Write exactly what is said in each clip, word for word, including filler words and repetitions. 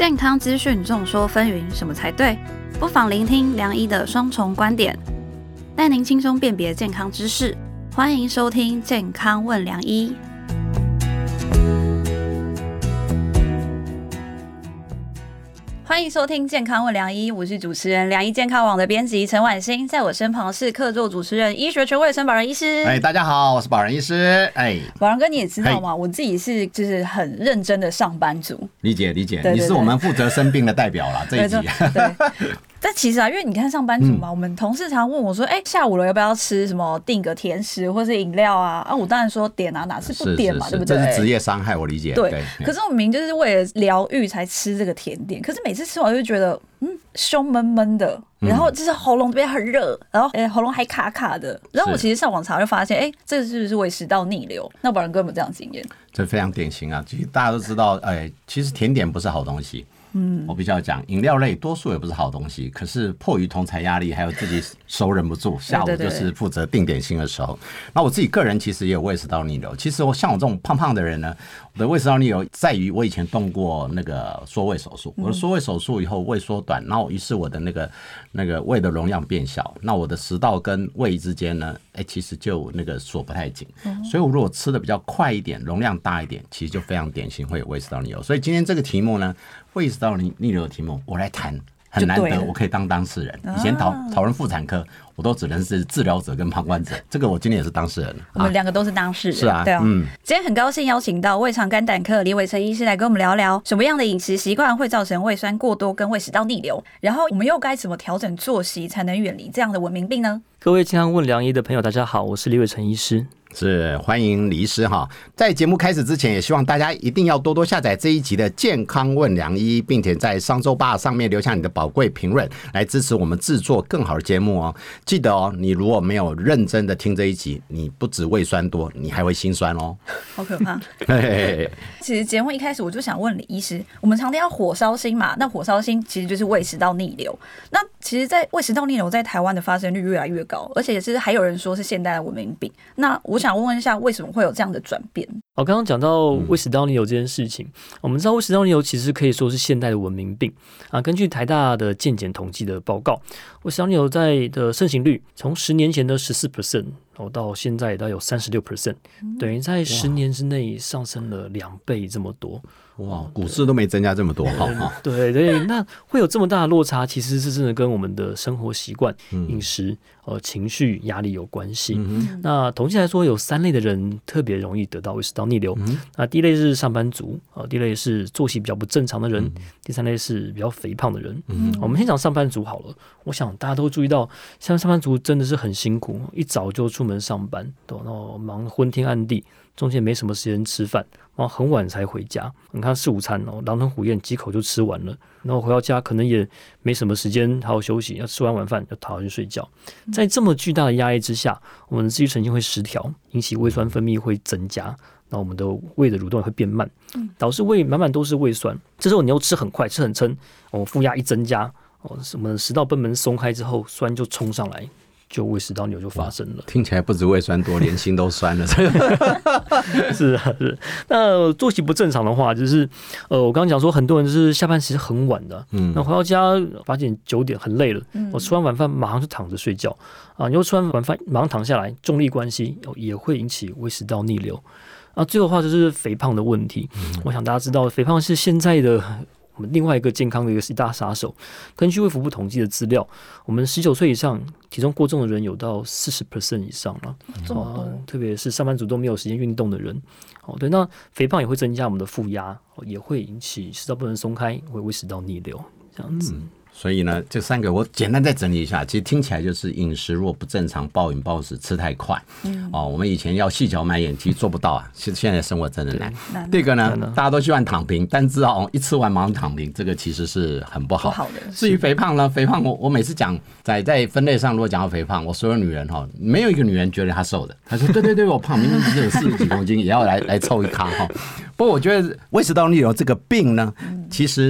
健康资讯众说纷纭，什么才对？不妨聆听良医的双重观点，带您轻松辨别健康知识。欢迎收听健康问良医。欢迎收听健康问良医，我是主持人良医健康网的编辑陈婉欣，在我身旁是客座主持人医学权威陈保仁医师。 哎，大家好，我是保仁医师。哎， 保仁哥你也知道吗？我自己是就是很认真的上班族。 理解理解， 对对对， 你是我们负责生病的代表啦，这一集。 对。但其实啊，因为你看上班族嘛，嗯、我们同事常问我说：“哎、欸，下午了要不要吃什么订个甜食或是饮料啊？”啊，我当然说点啊，哪是不点嘛， 是是是， 对不对？ 这是职业伤害，我理解。 对。 对， 可是我明明就是为了疗愈才吃这个甜点，可是每次吃完就觉得嗯胸闷闷的，然后就是喉咙这边很热，然后哎、欸、喉咙还卡卡的。然后我其实上网查就发现，哎、欸，这是不是胃食道逆流？那保仁哥有没有这样的经验？ 这非常典型啊！其实大家都知道，哎、欸，其实甜点不是好东西。嗯，我比较讲饮料类，多数也不是好东西。可是迫于同侪压力，还有自己手忍不住，下午就是负责订点心的时候。那我自己个人其实也有胃食道逆流。其实我像我这种胖胖的人呢，我的胃食道逆流在于我以前动过那个缩胃手术。我的缩胃手术以后胃缩短，然后于是我的那个那个胃的容量变小，那我的食道跟胃之间呢，哎，其实就那个锁不太紧。所以我如果吃的比较快一点，容量大一点，其实就非常典型会有胃食道逆流。所以今天这个题目呢，胃食道逆流的题目，我来谈，很难得我可以当当事人。以前讨讨论妇产科，我都只能是治疗者跟旁观者，这个我今天也是当事人。 我们两个都是当事人， 是啊，对啊。嗯， 今天很高兴邀请到胃肠肝胆科李伟成医师来跟我们聊聊什么样的饮食习惯会造成胃酸过多跟胃食道逆流，然后我们又该怎么调整作息才能远离这样的文明病呢？ 各位健康问良医的朋友，大家好，我是李伟成医师。 是，欢迎李医师哈。在节目开始之前，也希望大家一定要多多下载这一集的健康问良医，并且在商周吧上面留下你的宝贵评论，来支持我们制作更好的节目哦。记得哦，你如果没有认真的听这一集，你不止胃酸多，你还会心酸哦。 好可怕。其实节目一开始我就想问李医师，我们常听到火烧心嘛，那火烧心其实就是胃食道逆流。那其实，在胃食道逆流在台湾的发生率越来越高，而且也是还有人说是现代的文明病。那我想问问一下，为什么会有这样的转变？ 我刚刚讲到胃食道逆流这件事情，嗯、我们知道胃食道逆流其实可以说是现代的文明病啊。根据台大的健检统计的报告，胃食道逆流在的盛行率从十年前的 百分之十四，然后到现在大概有 百分之三十六，等于在十年之内上升了两倍这么多。 哇，股市都没增加这么多哈。 对对，那会有这么大的落差，其实是真的跟我们的生活习惯、饮食、呃情绪、压力有关系。嗯、那统计来说，有三类的人特别容易得到胃食道逆流。嗯、那第一类是上班族，呃，第一类是作息比较不正常的人，嗯、第三类是比较肥胖的人。嗯、我们先讲上班族好了。我想大家都会注意到，像上班族真的是很辛苦，一早就出门上班，然后忙昏天暗地。中间没什么时间吃饭，然后很晚才回家。你看四五餐哦，狼吞虎咽几口就吃完了，然后回到家可能也没什么时间好好休息，要吃完晚饭要躺下去睡觉。在这么巨大的压力之下，我们的自律神经会失调，引起胃酸分泌会增加，然后我们的胃的蠕动也会变慢，导致胃满满都是胃酸。这时候你又吃很快，吃很撑，哦，负压一增加，哦，我们食道贲门松开之后，酸就冲上来。就胃食道逆流就发生了， 听起来不止胃酸多，连心都酸了。 是啊，是。那作息不正常的话，就是呃，我刚刚讲说，很多人就是下班其实很晚的，嗯，那回到家八点九点很累了，嗯、我吃完晚饭马上就躺着睡觉啊，你又吃完晚饭马上躺下来，重力关系也会引起胃食道逆流。啊，最后的话就是肥胖的问题。嗯、我想大家知道，肥胖是现在的。我们另外一个健康的一个一大杀手。根据卫福部统计的资料，我们十九岁以上体重过重的人有到 百分之四十 以上了， 这么多、 呃，特别是上班族都没有时间运动的人。哦，对，那肥胖也会增加我们的负压，也会引起食道不能松开，会胃食道逆流这样子。嗯， 所以呢，这三个我简单再整理一下，其实听起来就是饮食如果不正常，暴饮暴食，吃太快，嗯，哦，我们以前要细嚼慢咽，其实做不到啊。现现在生活真的难。第二个呢，大家都喜欢躺平，但知道一吃完马上躺平，这个其实是很不好。 不好的。 至于肥胖呢，肥胖我我每次讲在在分类上，如果讲到肥胖，我所有女人哈，没有一个女人觉得她瘦的，她说对对对，我胖，明明只有四十几公斤，也要来来凑一咖哈。不过我觉得胃食道逆流这个病呢，其实。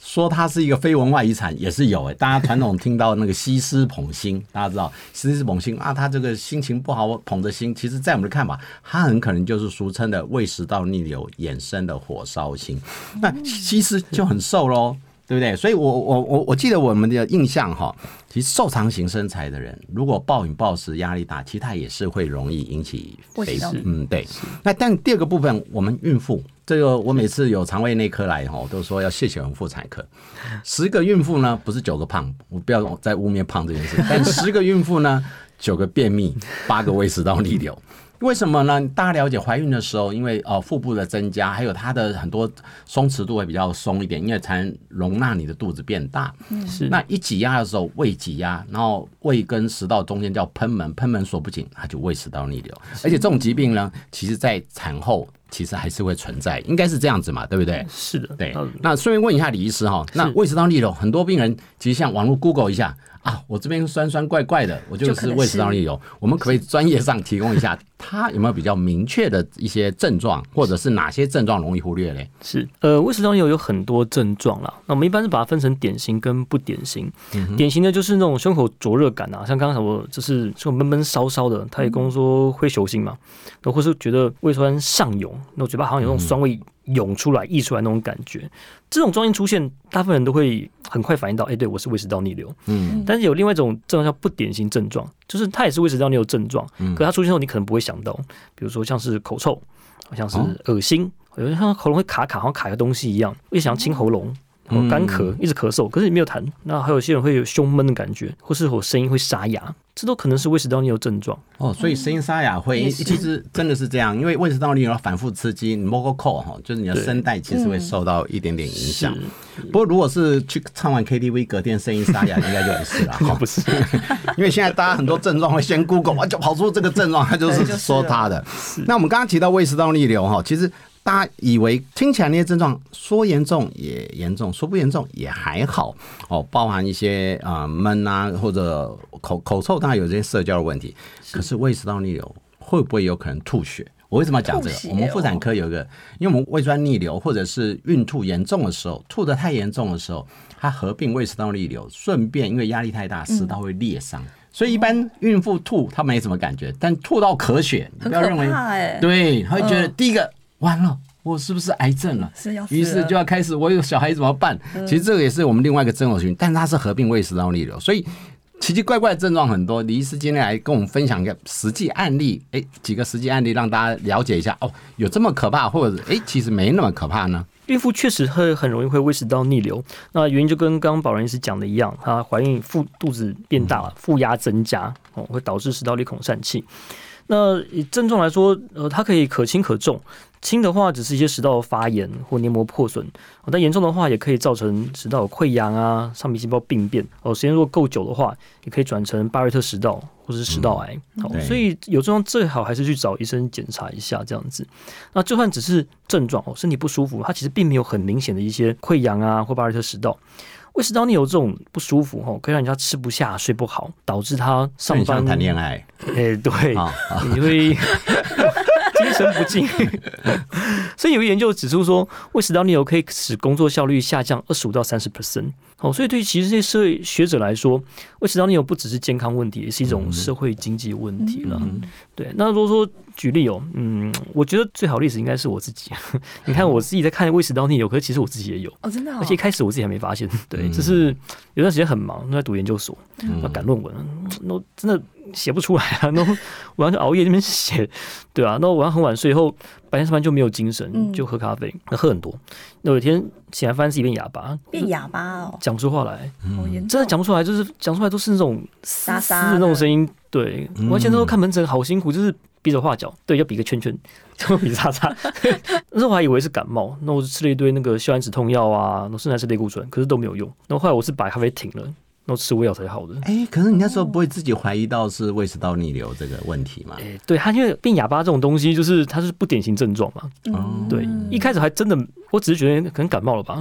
说它是一个非文化遗产也是有诶、欸，大家传统听到那个西施捧心，大家知道西施捧心啊，他这个心情不好捧着心，其实在我们的看法，它很可能就是俗称的胃食道逆流衍生的火烧心。那西施就很瘦咯，对不对？所以我我我我记得我们的印象哈，其实瘦长型身材的人，如果暴饮暴食、压力大，其实他也是会容易引起肥胖。嗯，对。那但第二个部分，我们孕妇。这个我每次有肠胃内科来哈，都说要谢谢我们妇产科。十个孕妇呢，不是九个胖，我不要再污蔑胖这件事。但十个孕妇呢，九个便秘，八个胃食道逆流。为什么呢？大家了解怀孕的时候，因为呃腹部的增加，还有它的很多松弛度会比较松一点，因为才能容纳你的肚子变大。 嗯，是。 那一挤压的时候，胃挤压，然后胃跟食道中间叫贲门，贲门锁不紧，它就胃食道逆流。而且这种疾病呢，其实在产后其实还是会存在，应该是这样子嘛，对不对？ 是的， 对。那顺便问一下李医师哈，那胃食道逆流，很多病人其实像网络 Google 一下啊，我这边酸酸怪怪的，我就是胃食道逆流。我们可不可以专业上提供一下，它有没有比较明确的一些症状，或者是哪些症状容易忽略嘞？ 是，呃，胃食道逆流有很多症状啦。那我们一般是把它分成典型跟不典型。嗯、典型的就是那种胸口灼热感啊，像刚刚我就是胸口闷闷烧烧的，他也跟我说会手心嘛，或是觉得胃酸上涌，那嘴巴好像有那种酸味涌出来、溢出来那种感觉。这种状况出现，大部分人都会很快反应到，哎、欸，对我是胃食道逆流。嗯，但是有另外一种症状叫不典型症状，就是它也是胃食道逆流症状，可它出现后你可能不会想到，比如说像是口臭，好像是恶心，有点像喉咙会卡卡，好像卡个东西一样，会想要清喉咙。干咳，一直咳嗽，可是你没有痰。那还有些人会有胸闷的感觉，或是我声音会沙哑，这都可能是胃食道逆流症状。 哦，所以声音沙哑会，其实真的是这样，因为胃食道逆流反复刺激，你摸个口哈，就是你的声带其实会受到一点点影响。不过如果是去唱完 K T V 隔天声音沙哑，应该就不是了， 不是， 因为现在大家很多症状会先 Google 啊，就跑出这个症状，他就是说他的。那我们刚刚提到胃食道逆流哈，其实。大家以为听起来那些症状说严重也严重，说不严重也还好哦，包含一些啊闷啊或者口口臭，当然有这些社交的问题。可是胃食道逆流会不会有可能吐血？我为什么要讲这个？我们妇产科有一个，因为我们胃酸逆流或者是孕吐严重的时候，吐得太严重的时候，它合并胃食道逆流，顺便因为压力太大，食道会裂伤。嗯，所以一般孕妇吐她没什么感觉，但吐到咳血，你不要认为， 欸、 对，她会觉得、嗯、第一个。完了，我是不是癌症了？于是就要开始，我有小孩怎么办？嗯、其实这个也是我们另外一个症候群，但是它是合并胃食道逆流，所以奇奇怪怪的症状很多。李医师今天来跟我们分享一个实际案例，哎，几个实际案例让大家了解一下哦，有这么可怕，或者哎，其实没那么可怕呢？ 孕妇确实会很容易会胃食道逆流，那原因就跟刚刚宝仁医师讲的一样，她怀孕腹肚子变大了，腹压增加哦，会导致食道裂孔疝气。那以症状来说，呃，它可以可轻可重。轻的话只是一些食道发炎或黏膜破损，但严重的话也可以造成食道有溃疡啊、上皮细胞病变。哦，时间如果够久的话，也可以转成巴瑞特食道或是食道癌。嗯哦、所以有症状最好还是去找医生检查一下这样子。那就算只是症状哦，身体不舒服，它其实并没有很明显的一些溃疡啊或巴瑞特食道。胃食道逆流这种不舒服哦，可以让人家吃不下、睡不好，导致他上班谈恋爱。 哎、欸，对，哦、你会精神不济。所以有研究指出说，胃食道逆流可以使工作效率下降二十五到三十 percent。哦，所以对于其实这些社会学者来说，胃食道逆流不只是健康问题，也是一种社会经济问题了。嗯、对，那如果说举例哦，嗯，我觉得最好的例子应该是我自己。你看我自己在看胃食道逆流，可是其实我自己也有哦，真的、哦。 而且一开始我自己还没发现，对，只是有段时间很忙，在读研究所，要赶论文，那真的写不出来啊，然后晚上就熬夜那边写，对啊，然后晚上很晚睡后，白天上班就没有精神，就喝咖啡，那喝很多。那有一天醒来发现自己变哑巴， 变哑巴哦， 讲不出话来， 嗯、 真的讲不出来，就是讲出来都是那种沙沙的那种声音。对，我以前那时候看门诊好辛苦，就是比手画脚，对，要比个圈圈，就比叉叉。那时候我还以为是感冒，那我就吃了一堆那个消炎止痛药啊，然后甚至还是类固醇，可是都没有用。然后后来我是把咖啡停了。然后吃胃药才好的。 哎、欸，可是你那时候不会自己怀疑到是胃食道逆流这个问题吗？ 哎、欸，对，它因为变哑巴这种东西，就是它是不典型症状嘛。嗯，对，一开始还真的，我只是觉得可能感冒了吧，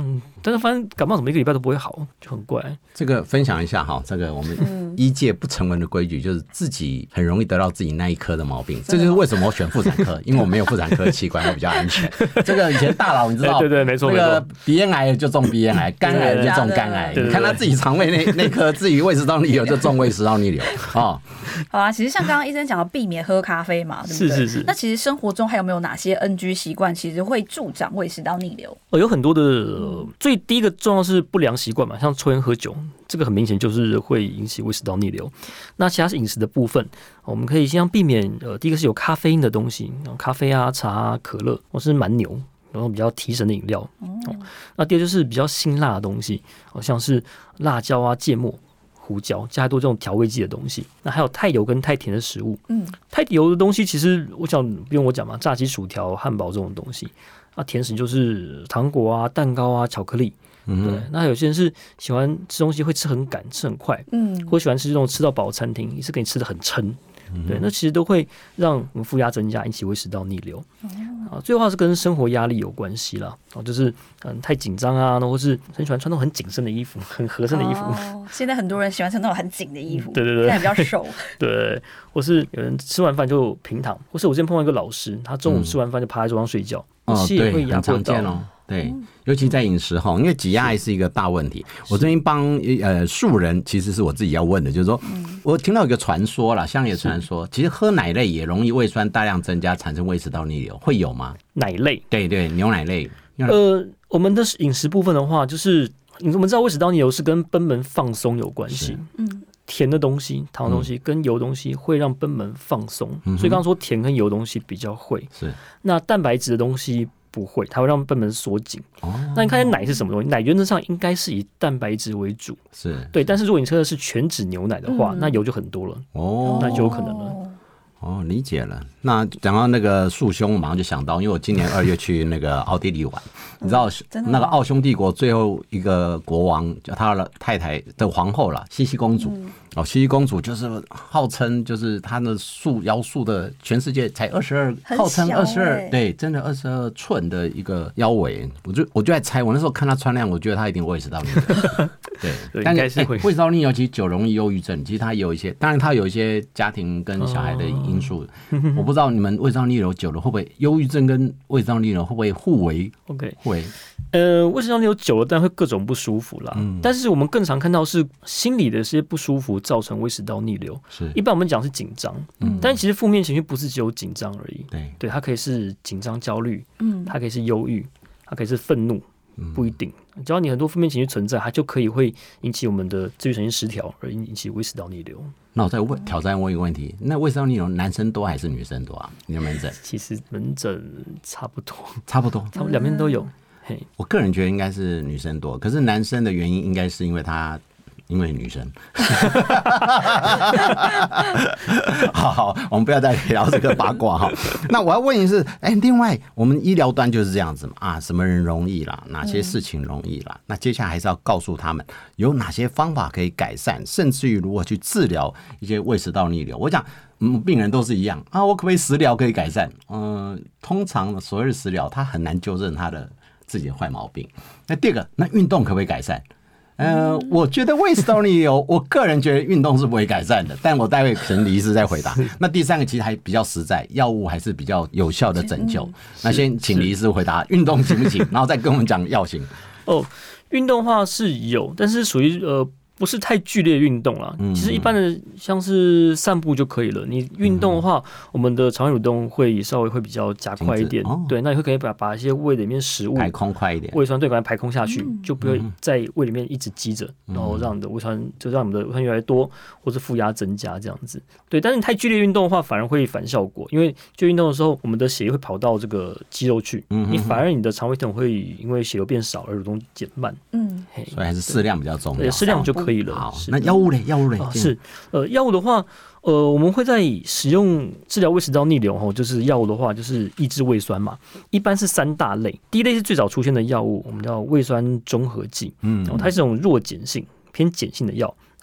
但是发现感冒怎么一个礼拜都不会好，就很怪。 这个分享一下哈，这个我们医界不成文的规矩就是自己很容易得到自己那一科的毛病，这就是为什么我选妇产科，因为我没有妇产科器官，我比较安全。这个以前大佬你知道， 对对，没错， 那个鼻咽癌就中鼻咽癌，肝癌就中肝癌，你看他自己肠胃那那颗，至于胃食道逆流就中胃食道逆流哦。 好啊，其实像刚刚医生讲的，避免喝咖啡嘛，对不对？ 是是是。 那其实生活中还有没有哪些 N G 习惯，其实会助长胃食道逆流？ 哦，有很多的，呃、最第一个重要是不良习惯嘛，像抽烟喝酒，这个很明显就是会引起胃食道逆流。那其他是饮食的部分，我们可以尽量避免，呃，第一个是有咖啡因的东西，咖啡啊、茶啊、可乐，或是蛮牛。然后比较提神的饮料，哦，那第二就是比较辛辣的东西，好像是辣椒啊、芥末、胡椒，加太多这种调味剂的东西。那还有太油跟太甜的食物，嗯，太油的东西其实我想不用我讲嘛，炸鸡、薯条、汉堡这种东西。那甜食就是糖果啊、蛋糕啊、巧克力。嗯，对。那有些人是喜欢吃东西会吃很赶、吃很快，嗯，或喜欢吃这种吃到饱的餐厅，也是给你吃的很撑。对，那其实都会让我们负压增加，引起胃食道逆流。啊，最后是跟生活压力有关系啦。哦，就是嗯太紧张啊，或是很喜欢穿那种很紧身的衣服、很合身的衣服。 哦，现在很多人喜欢穿那种很紧的衣服， 对对对， 现在比较瘦。 对，或是有人吃完饭就平躺，或是我之前碰到一个老师，他中午吃完饭就趴在桌上睡觉， 嗯、 其实也会压迫到。 哦，对，尤其在饮食哈，因为挤压还是一个大问题。我最近帮呃素人，其实是我自己要问的，就是说，嗯、我听到一个传说啦，乡野传说，其实喝奶类也容易胃酸大量增加，产生胃食道逆流，会有吗？ 奶类， 对对，牛奶类。 呃，我们的饮食部分的话，就是我们知道胃食道逆流是跟贲门放松有关系，嗯。甜的东西、糖的东西跟油的东西会让贲门放松，嗯、所以刚刚说甜跟油的东西比较会。是，那蛋白质的东西不会，它会让贲门缩紧。哦，那你看奶是什么东西？奶原则上应该是以蛋白质为主，是对。但是如果你喝的是全脂牛奶的话，嗯、那油就很多了。哦，那就有可能了。 哦，理解了。那讲到那个束胸，我马上就想到，因为我今年二月去那个奥地利玩，你知道那个奥匈帝国最后一个国王，叫他的太太的皇后啦，茜茜公主。嗯哦，茜茜公主就是号称就是她的束腰束的全世界才二十二，号称二十二，对，真的二十二寸的一个腰围。我就我就在猜，我那时候看她穿那样，我觉得她一定胃食道逆流。对，但是、欸、胃食道逆流其实久容易忧郁症，其实它有一些，当然它有一些家庭跟小孩的因素。哦、我不知道你们胃食道逆流久了会不会忧郁症跟胃食道逆流会不会互为 ？OK， 互为。 呃，胃食道逆流久了，但会各种不舒服啦。嗯、但是我们更常看到是心理的这些不舒服造成胃食道逆流。是，一般我们讲是紧张，嗯，但其实负面情绪不是只有紧张而已。对，对，它可以是紧张、焦虑，嗯，它可以是忧郁，它可以是愤怒，不一定。只要你很多负面情绪存在，它就可以会引起我们的自律神经失调，而引起胃食道逆流。 那我再问挑战问一个问题：那胃食道逆流男生多还是女生多啊？你的门诊其实门诊差不多， 差不多， 差不多两边都有。嘿， 我个人觉得应该是女生多，可是男生的原因应该是因为他。因为女生，好好，我们不要再聊这个八卦哈。那我要问的是，哎、欸，另外我们医疗端就是这样子嘛，啊，什么人容易啦，哪些事情容易啦？嗯、那接下来还是要告诉他们有哪些方法可以改善，甚至于如何去治疗一些胃食道逆流。我讲，嗯，病人都是一样啊，我可不可以食疗可以改善？嗯、呃，通常所谓的食疗，他很难纠正他的自己的坏毛病。那第二个，那运动可不可以改善？呃，我觉得胃食道逆流，我个人觉得运动是不会改善的，但我待会可能李医师再回答。那第三个其实还比较实在，药物还是比较有效的拯救。那先请李医师回答运动行不行，然后再跟我们讲药型。 哦，运动的话是有，但是属于呃。不是太剧烈运动啦，其实一般的像是散步就可以了。你运动的话，嗯、我们的肠胃蠕动会稍微会比比较加快一点，哦、对，那你会可以把把一些胃里面食物排空快一点， 胃酸对，把它排空下去，嗯、就不会在胃里面一直积着，嗯、然后让你的胃酸就让你的胃酸越来越多，或是负压增加这样子。对，但是你太剧烈运动的话，反而会反效果，因为剧烈运动的时候，我们的血液会跑到这个肌肉去，嗯、你反而你的肠胃系统会因为血流变少而蠕动减慢。嗯， 所以还是适量比较重要， 对，适量就可以了。 好，那药物嘞？药物嘞？ 哦、是，呃，药物的话，呃，我们会在使用治疗胃食道逆流吼，就是药物的话，就是抑制胃酸嘛，一般是三大类。第一类是最早出现的药物，我们叫胃酸中和剂，嗯，然后它是这种弱碱性、偏碱性的药。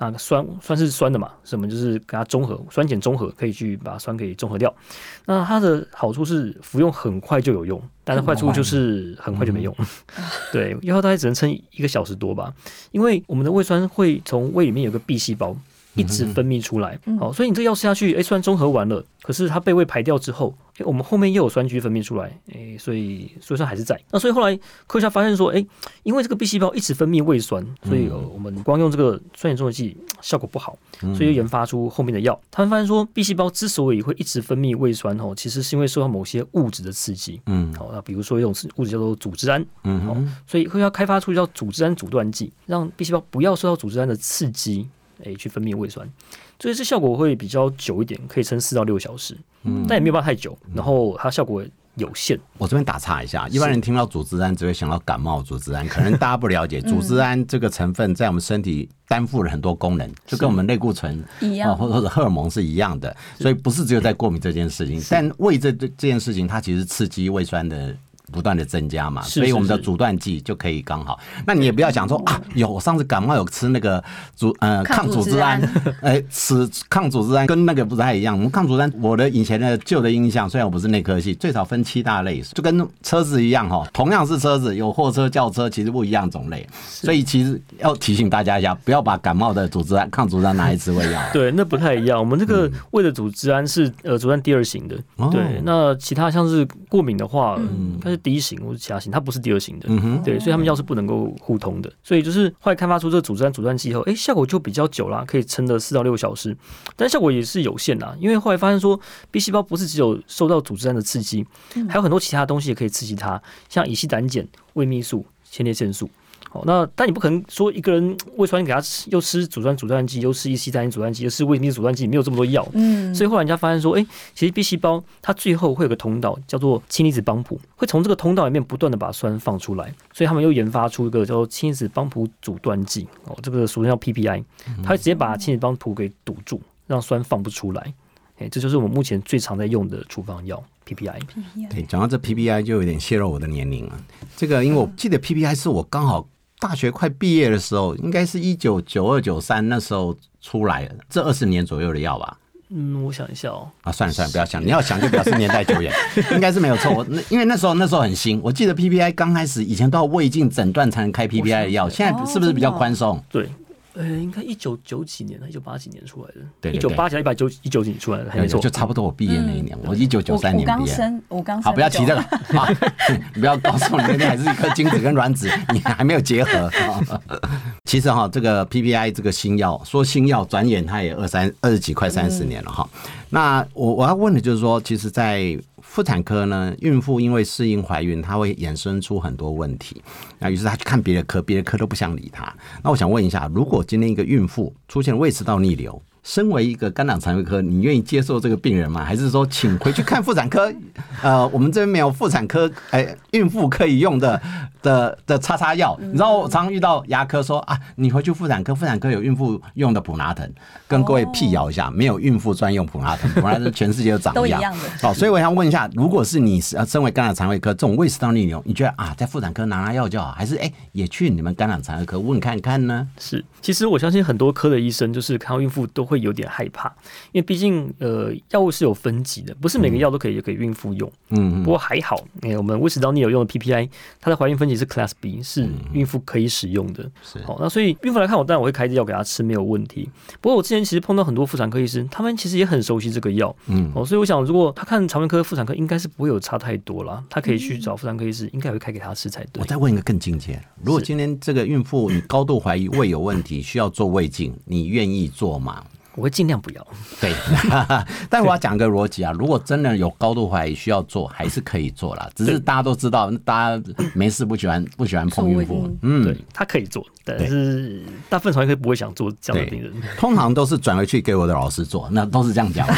那酸酸是酸的嘛，所以我们就是给它中和，酸碱中和，可以去把酸给中和掉。那它的好处是服用很快就有用，但是坏处就是很快就没用。嗯、对，药大概只能撑一个小时多吧，因为我们的胃酸会从胃里面有个壁细胞。一直分泌出来，嗯、好，所以你这个药吃下去，哎、欸，虽然中和完了，可是它被胃排掉之后，哎、欸，我们后面又有酸菌分泌出来，哎、欸，所以所以说还是在。那所以后来科学家发现说，哎、欸，因为这个 B 细胞一直分泌胃酸，所以、呃、我们光用这个酸碱中和剂效果不好，所以就研发出后面的药。他们发现说 ，B 细胞之所以会一直分泌胃酸，哦，其实是因为受到某些物质的刺激，嗯，好，那比如说一种物质叫做组织胺，嗯，好，所以科学家开发出叫组织胺阻断剂，让 B 细胞不要受到组织胺的刺激。欸、去分泌胃酸，所以这效果会比较久一点，可以撑四到六小时，嗯，但也没有办法太久，然后它效果有限。 我这边打岔一下，一般人听到组织胺只会想到感冒组织胺，可能大家不了解，组织胺这个成分在我们身体担负了很多功能，就跟我们类固醇一样、呃，或者荷尔蒙是一样的，所以不是只有在过敏这件事情，但胃这这件事情，它其实刺激胃酸的。不断的增加嘛，所以我们的阻断剂就可以刚好。那你也不要想说啊，有我上次感冒有吃那个组呃抗组织胺，哎，吃抗组织胺跟那个不太一样。我们抗组织胺，我的以前的旧的印象，虽然我不是内科系，最少分七大类，就跟车子一样哈，同样是车子，有货车、轿车，其实不一样种类。所以其实要提醒大家一下，不要把感冒的组织胺、抗组织胺拿来吃胃药。 对，那不太一样。我们这个胃的组织胺是呃组织胺第二型的，嗯、对。那其他像是过敏的话，嗯，它是第一型或是其他型，它不是第二型的，嗯、对，所以他们药是不能够互通的。所以就是后来开发出这个组织胺阻断剂后，哎、欸，效果就比较久啦，可以撑到四到六小时，但效果也是有限啦，因为后来发现说 B 细胞不是只有受到组织胺的刺激，还有很多其他东西也可以刺激它，像乙酰胆碱、胃泌素、前列腺素。好，那但你不可能说一个人胃酸给他吃，又吃阻断阻断剂，又吃乙酰胆碱阻断剂，又吃胃泌素阻断剂，没有这么多药。嗯，所以后来人家发现说，哎、欸，其实 B 细胞它最后会有个通道叫做氢离子帮浦，会从这个通道里面不断的把酸放出来，所以他们又研发出一个叫做氢离子帮浦阻断剂，哦，这个俗称叫 P P I， 它会直接把氢离子帮浦给堵住，让酸放不出来。欸、这就是我们目前最常在用的处方药 P P I。 对，讲到这 P P I 就有点泄露我的年龄了。这个因为我记得 P P I 是我刚好大学快毕业的时候，应该是一九九二九三那时候出来的，这二十年左右的药吧。 嗯，我想一下哦。 啊，算了算了，不要想，你要想就表示年代久远，应该是没有错。我因为那时候那时候很新，我记得 P P I 刚开始以前都要胃镜诊断才能开 P P I 的药，现在是不是比较宽松？ 哦，对。呃，应该一九九几年，一九八几年出来的，对，一九八几一百九一九几年出来的，还没错， 就差不多我毕业那一年，嗯、我一九九三年毕业。 我刚生，我刚生。 好，不要提这个，好，你不要告诉我你那边还是一颗精子跟卵子，你还没有结合。其实哈，这个 P P I 这个新药，说新药，转眼它也二三二十几快三十年了哈。嗯、那我我要问的就是说，其实，在妇产科呢，孕妇因为适应怀孕，她会衍生出很多问题。那于是她去看别的科，别的科都不想理她。那我想问一下，如果今天一个孕妇出现胃食道逆流，身为一个肝胆肠胃科，你愿意接受这个病人吗？还是说请回去看妇产科？呃，我们这边没有妇产科，哎、欸，孕妇可以用的的的叉叉药。你知道，我常遇到牙科说啊，你回去妇产科，妇产科有孕妇用的普拿疼，跟各位辟谣一下，没有孕妇专用普拿疼，普拿疼全世界都长一样。 都一样的。 好，所以我想问一下，如果是你身为肝胆肠胃科这种胃食道逆流，你觉得啊，在妇产科拿拿药就好，还是哎、欸、也去你们肝胆肠胃科问看看呢？ 是，其实我相信很多科的医生就是看到孕妇都会有点害怕，因为毕竟呃药物是有分级的，不是每个药都可以给孕妇用。嗯，不过还好，欸、我们胃食道逆流用的 P P I， 它的怀孕分级是 Class B， 是孕妇可以使用的。是，好，那所以孕妇来看我，当然我会开这药给她吃，没有问题。不过我之前其实碰到很多妇产科医生，他们其实也很熟悉这个药。嗯，哦，所以我想，如果他看肠胃科、妇产科，应该是不会有差太多啦。他可以去找妇产科医师，应该也会开给他吃才对。 我再问一个更进阶，如果今天这个孕妇你高度怀疑胃有问题，需要做胃镜，你愿意做吗？ 我会尽量不要。 对，但我要讲个逻辑啊，如果真的有高度怀疑需要做，还是可以做啦。只是大家都知道，大家没事不喜欢不喜欢碰孕妇。 嗯，对，他可以做，但是大部分肠胃科不会想做这样的病人。 通常都是转回去给我的老师做，那都是这样讲。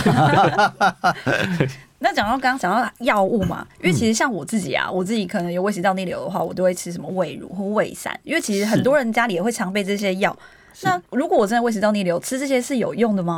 那讲到刚刚讲到药物嘛，因为其实像我自己啊，我自己可能有胃食道逆流的话，我都会吃什么胃乳或胃散，因为其实很多人家里也会常备这些药。那如果我真的胃食道逆流，吃这些是有用的吗？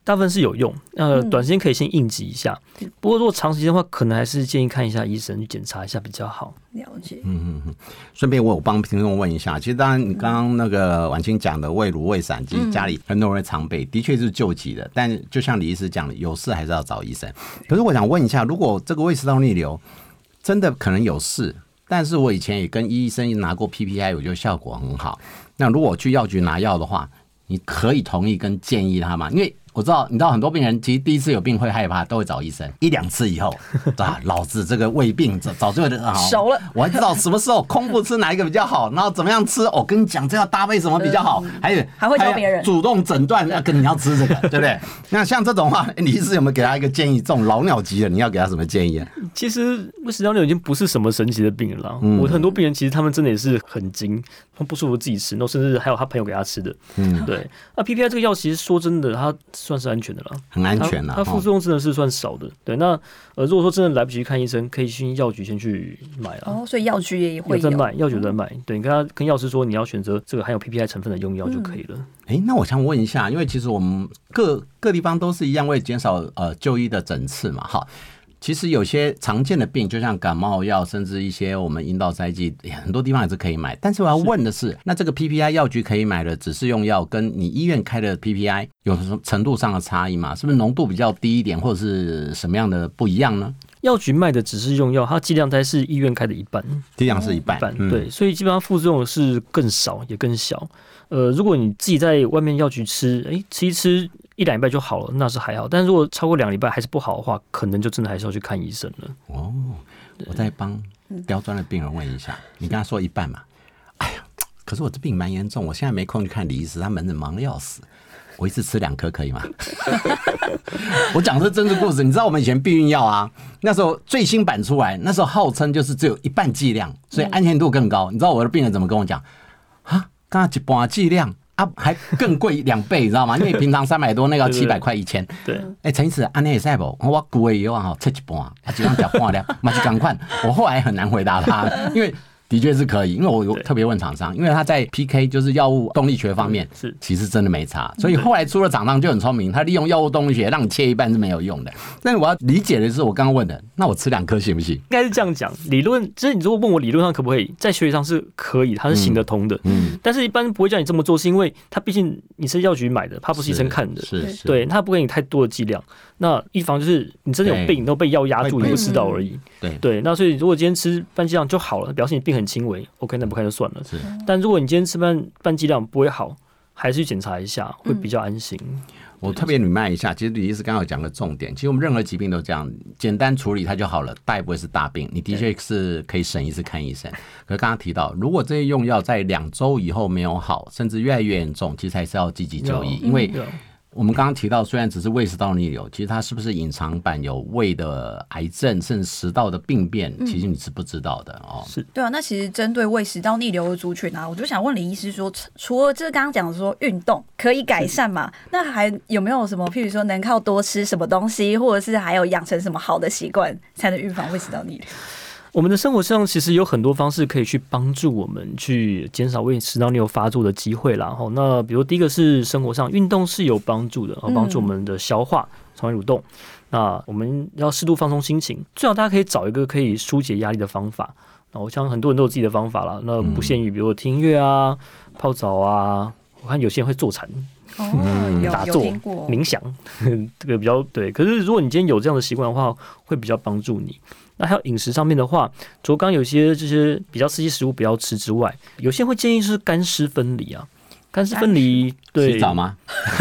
大部分是有用，呃，短时间可以先应急一下。嗯、不过如果长时间的话，可能还是建议看一下医生去检查一下比较好。 了解。 嗯嗯嗯。顺便我有帮听众问一下，其实当然你刚刚那个婉清讲的胃乳、胃散，其实家里很多人会常备，的确是救急的。但就像李医师讲的，有事还是要找医生。可是我想问一下，如果这个胃食道逆流真的可能有事，但是我以前也跟医生拿过 P P I， 我觉得效果很好。那如果我去药局拿药的话，你可以同意跟建议他吗？因为我知道，你知道很多病人其实第一次有病会害怕，都会找医生。一两次以后，啊，老子这个胃病早早就熟了， 我还知道什么时候空腹吃哪一个比较好，然后怎么样吃。我、哦、跟你讲，这要搭配什么比较好，还有还会教别人主动诊断，要跟你要吃这个，对不对？那像这种话，李医师有没有给他一个建议？这种老鸟级的，你要给他什么建议啊？ 其实胃食道逆流已经不是什么神奇的病了啦。嗯、我很多病人其实他们真的也是很精，他不舒服自己吃，那甚至还有他朋友给他吃的。嗯，对。那 P P I 这个药其实说真的，它算是安全的啦。 很安全啊， 它副作用真的是算少的。对，那呃，如果说真的来不及看医生，可以去药局先去买啦。 哦，所以药局也会有在卖，药局在卖。对，你跟他跟药师说你要选择这个含有 P P I 成分的用药就可以了。 哎、嗯，那我想问一下，因为其实我们各各地方都是一样，为减少呃就医的诊次嘛，哈。其实有些常见的病，就像感冒药，甚至一些我们阴道塞剂，很多地方也是可以买。但是我要问的是，那这个 P P I 药局可以买的指示用药，跟你医院开的 P P I 有什么程度上的差异吗？是不是浓度比较低一点，或者是什么样的不一样呢？ 药局卖的指示用药，它剂量大概是医院开的一半， 剂量是一半， 一半、 嗯、 对，所以基本上副作用是更少也更小。呃，如果你自己在外面药局吃，哎，吃一吃一两礼拜就好了，那是还好。但是如果超过两礼拜还是不好的话，可能就真的还是要去看医生了。 哦，我再帮刁钻的病人问一下，你跟他说一半嘛？哎呀，可是我这病蛮严重，我现在没空去看李医师，他门诊忙得要死。我一次吃两颗可以吗？我讲的是真实故事，你知道我们以前避孕药啊，那时候最新版出来，那时候号称就是只有一半剂量，所以安全度更高。你知道我的病人怎么跟我讲？啊，刚刚一半剂量啊，还更贵两倍，你知道吗？因为平常三百多，那个要七百块一千。 对， 哎、欸，陈医师，安内也塞不？我贵以后啊，吃一半，啊，就让讲半量，马上赶快。我后来很难回答他，因为。的确是可以，因为我有特别问厂商，因为他在 P K 就是药物动力学方面，是其实真的没差，所以后来出了厂商就很聪明，他利用药物动力学让你切一半是没有用的。但是我要理解的是我刚刚问的，那我吃两颗行不行？应该是这样讲，理论就是你如果问我理论上可不可以，在学理上是可以，它是行得通的。嗯，但是一般不会叫你这么做，是因为它毕竟你是药局买的，它不是医生看的， 是是， 对，它不给你太多的剂量。那预防就是你真的有病都被药压住，你不知道而已。 对对，那所以如果今天吃半剂量就好了，表示你病很轻微 ，OK， 那不看就算了。但如果你今天吃半半剂量不会好，还是去检查一下，会比较安心。嗯、 我特别捋麦一下，其实李医师刚刚有讲个重点，其实我们任何疾病都这样，简单处理它就好了，大也不会是大病。你的确是可以省一次看医生。可是刚刚提到，如果这些用药在两周以后没有好，甚至越来越严重，其实还是要积极就医，因为。我们刚刚提到，虽然只是胃食道逆流，其实它是不是隐藏版有胃的癌症，甚至食道的病变，其实你是不知道的哦。 是，对啊。那其实针对胃食道逆流的族群啊，我就想问李医师说，除了这刚刚讲说运动可以改善嘛，那还有没有什么，譬如说能靠多吃什么东西，或者是还有养成什么好的习惯，才能预防胃食道逆流？ 我们的生活上其实有很多方式可以去帮助我们去减少胃食道逆流发作的机会啦。那比如第一个是生活上运动是有帮助的，帮助我们的消化、肠胃蠕动。那我们要适度放松心情，最好大家可以找一个可以疏解压力的方法。那我想很多人都有自己的方法啦，那不限于比如听音乐啊、泡澡啊，我看有些人会坐禅。 哦， 打坐、冥想，这个比较对。可是如果你今天有这样的习惯的话，会比较帮助你。那还有饮食上面的话，除了刚刚有些这些比较刺激食物不要吃之外，有些人会建议是干湿分离啊。干湿分离，对， 洗澡吗？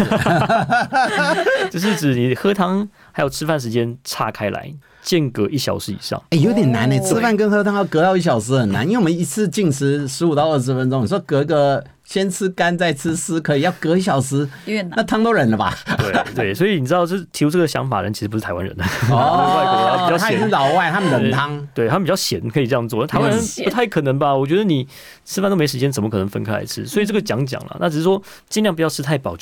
就是指你喝汤还有吃饭时间岔开来。间隔一小时以上， 哎、欸，有点难呢、欸。吃饭跟喝汤要隔到一小时很难，因为我们一次进食十五到二十分钟，你说隔个先吃干再吃湿可以，要隔一小时，那汤都冷了吧？ 对对，所以你知道，就是提出这个想法的人其实不是台湾人的， 哦， 外国人比较咸， 他是老外，他们冷汤， 对, 对他们比较咸，可以这样做。台湾人不太可能吧？我觉得你吃饭都没时间，怎么可能分开来吃？所以这个讲讲了，那只是说尽量不要吃太饱就好。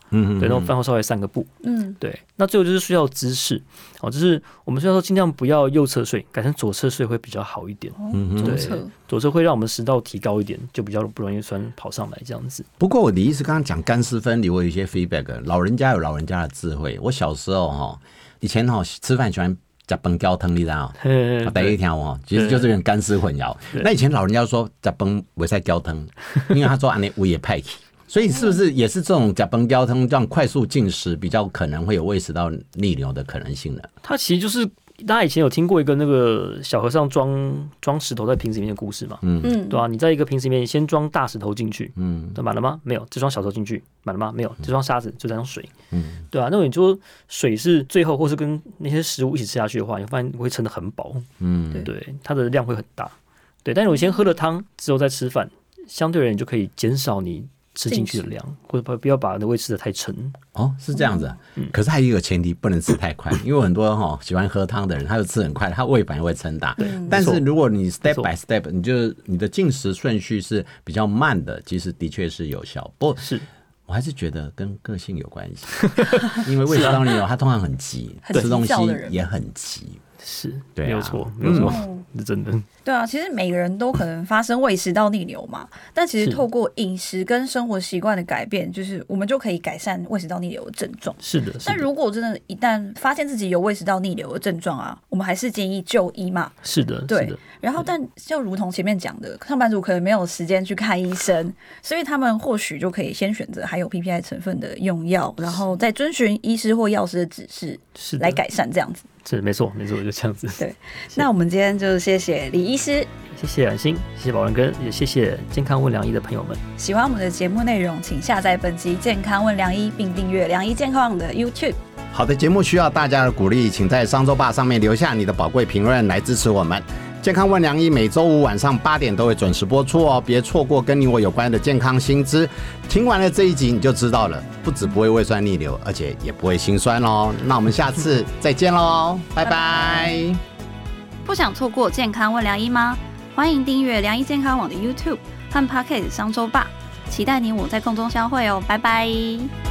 嗯，对，然后饭后稍微散个步，嗯，对。那最后就是睡觉姿势，哦，就是我们睡觉说尽量不要右侧睡，改成左侧睡会比较好一点。 嗯， 对， 左侧左侧会让我们食道提高一点，就比较不容易酸跑上来这样子。 不过我的意思刚刚讲干湿分离，我有一些 feedback， 老人家有老人家的智慧。我小时候哈，以前哈吃饭喜欢吃饭浇汤，你知道吗？第一条哦，其实就是跟干湿混淆。那以前老人家说吃饭不使浇汤，因为他说安尼胃也派去。所以是不是也是这种吃饭浇汤这样快速进食，比较可能会有胃食道逆流的可能性呢？ 它其实就是大家以前有听过一个那个小和尚装装石头在瓶子里面的故事嘛？嗯，对啊，你在一个瓶子里面先装大石头进去，嗯，满了吗？没有，再装小石头进去，满了吗？没有，再装沙子，就这样水，嗯，对啊。那你说水是最后或是跟那些食物一起吃下去的话，你发现会撑得很饱，嗯，对，它的量会很大，对。但是我先喝了汤之后再吃饭，相对而言就可以减少你吃进去的量，或者不要把那胃吃得太沉。 哦，是这样子、啊嗯。可是还有一个前提，不能吃太快，因为很多哈、哦、喜欢喝汤的人，他就吃很快，他胃反而会撑大。但是如果你 step by step， 你就你的进食顺序是比较慢的，其实的确是有效。不过是。我还是觉得跟个性有关系，因为胃食道逆流它通常很急，吃东西也很急。 是， 对、啊， 没有错，没有错，嗯、是真的。 对啊，其实每个人都可能发生胃食道逆流嘛，但其实透过饮食跟生活习惯的改变，就是我们就可以改善胃食道逆流的症状。 是的， 但如果真的一旦发现自己有胃食道逆流的症状啊，我们还是建议就医嘛。 是的， 对。 是的然后，但就如同前面讲的，上班族可能没有时间去看医生，所以他们或许就可以先选择含有 P P I 成分的用药，然后再遵循医师或药师的指示来改善这样子。 是没错，没错，就这样子。 对，那我们今天就谢谢李医师， 谢谢冉星，谢谢宝仁哥，也谢谢健康问良医的朋友们。 喜欢我们的节目内容，请下载本集健康问良医，并订阅良医健康网的 YouTube。 好的节目需要大家的鼓励，请在商周吧上面留下你的宝贵评论来支持我们。健康问良医每周五晚上八点都会准时播出哦，别错过跟你我有关的健康新知。听完了这一集你就知道了，不止不会胃酸逆流，而且也不会心酸哦。那我们下次再见喽，拜拜。 不想错过健康问良医吗？欢迎订阅良医健康网的 YouTube 和 Podcast 商周吧，期待你我在空中相会哦，拜拜。